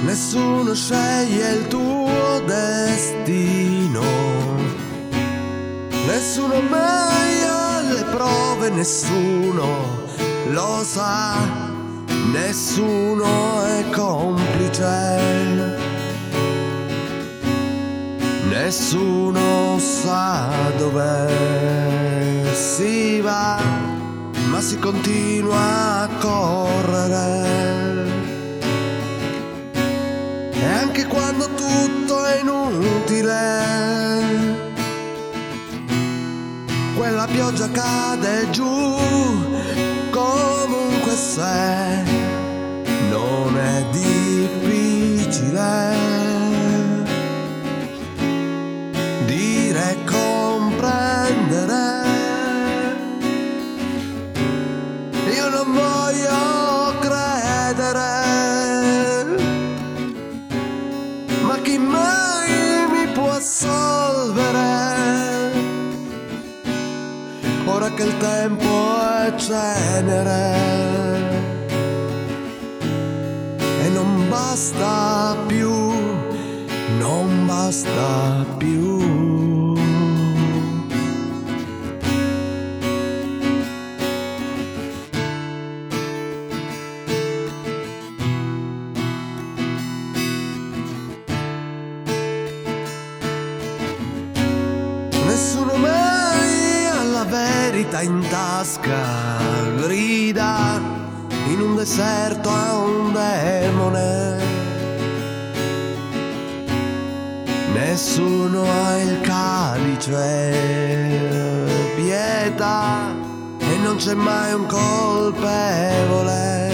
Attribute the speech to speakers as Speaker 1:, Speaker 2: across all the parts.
Speaker 1: Nessuno sceglie il tuo destino, nessuno mai ha le prove, nessuno lo sa, nessuno è complice, nessuno sa dove si va, ma si continua a correre. E anche quando tutto è inutile, quella pioggia cade giù, comunque se non è difficile dire e comprendere. Io non voglio credere, ma chi mai mi può assolvere? Ora che il tempo è cenere e non basta più, non basta più. Nessuno mai ha la verità in tasca, grida in un deserto a un demone. Nessuno ha il calice, pietà, e non c'è mai un colpevole.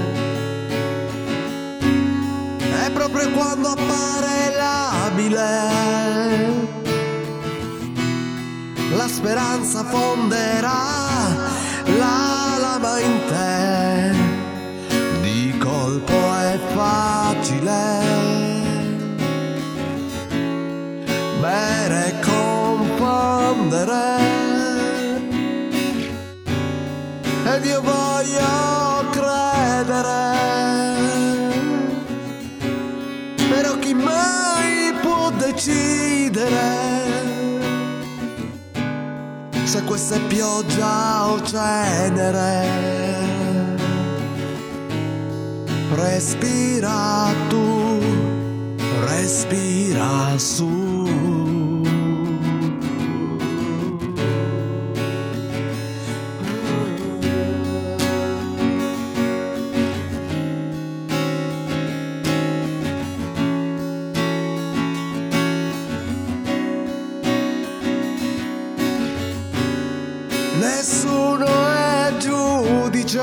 Speaker 1: È proprio quando appare labile la speranza fonderà la lama in te, di colpo è facile bere e confondere, ed io voglio credere, però chi mai può decidere se questa è pioggia o cenere? Respira tu, respira su. Nessuno è giudice,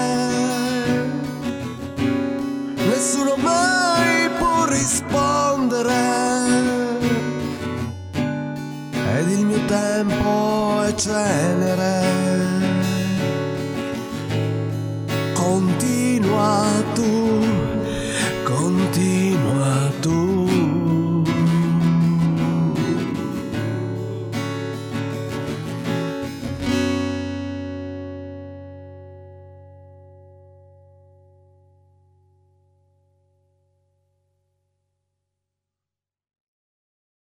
Speaker 1: nessuno mai può rispondere, ed il mio tempo è cenere. Continua a